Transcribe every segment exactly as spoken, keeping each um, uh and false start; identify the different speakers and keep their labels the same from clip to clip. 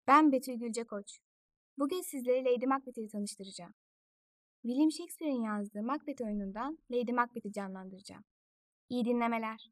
Speaker 1: Ben Betül Gülce Koç. Bugün sizleri Lady Macbeth'i tanıştıracağım. William Shakespeare'in yazdığı Macbeth oyunundan Lady Macbeth'i canlandıracağım. İyi dinlemeler.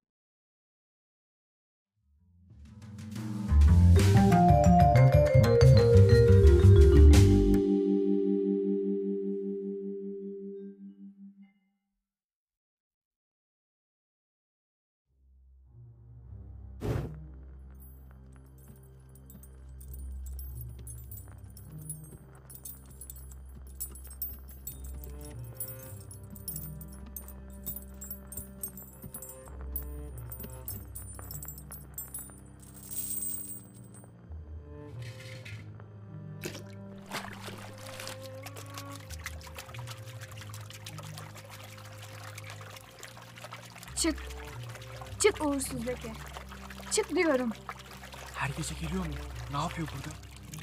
Speaker 1: Çık. Çık uğursuz leke. Çık diyorum.
Speaker 2: Her gece geliyor mu? Ne yapıyor burada?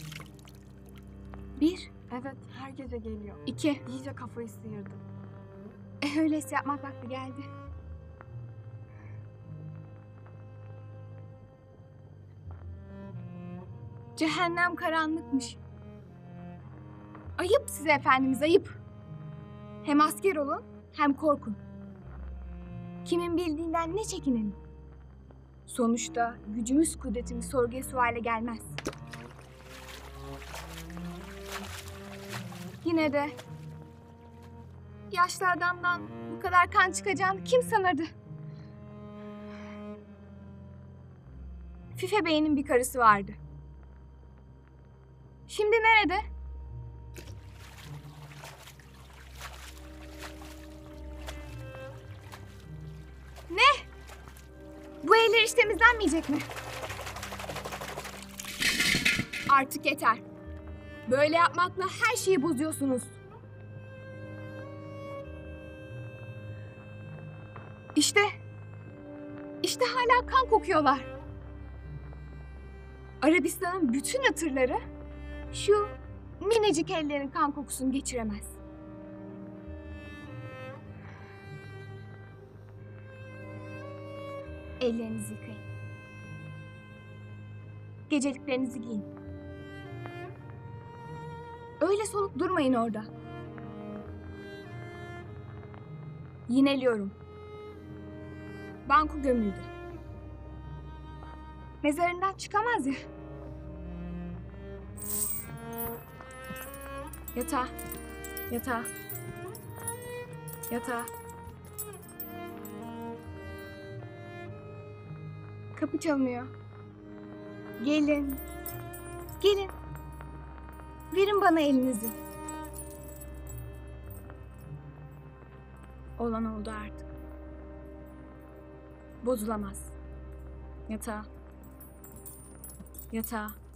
Speaker 1: Bir,
Speaker 3: Evet, her gece geliyor.
Speaker 1: iki.
Speaker 3: İyice kafayı sıyırdı.
Speaker 1: E, öyleyse yapmak vakti geldi. Cehennem karanlıkmış. Ayıp size efendimiz, ayıp. Hem asker olun, hem korkun. Kimin bildiğinden ne çekinelim? Sonuçta gücümüz kudretimiz sorguya suale gelmez. Yine de yaşlı adamdan bu kadar kan çıkacağını kim sanırdı? Fife Bey'in bir karısı vardı. Şimdi nerede? Ne? Bu eller hiç temizlenmeyecek mi? Artık yeter. Böyle yapmakla her şeyi bozuyorsunuz. İşte, işte hala kan kokuyorlar. Arabistan'ın bütün hatırları şu minicik ellerin kan kokusunu geçiremez. Ellerinizi yıkayın. Geceliklerinizi giyin. Öyle solup durmayın orada. Yineliyorum. Banku gömüldü. Mezarından çıkamaz ya. Yatağa. Yatağa. Yatağa. Kapı çalınıyor. Gelin. Gelin. Verin bana elinizi. Olan oldu artık. Bozulamaz. Yatağa. Yatağa.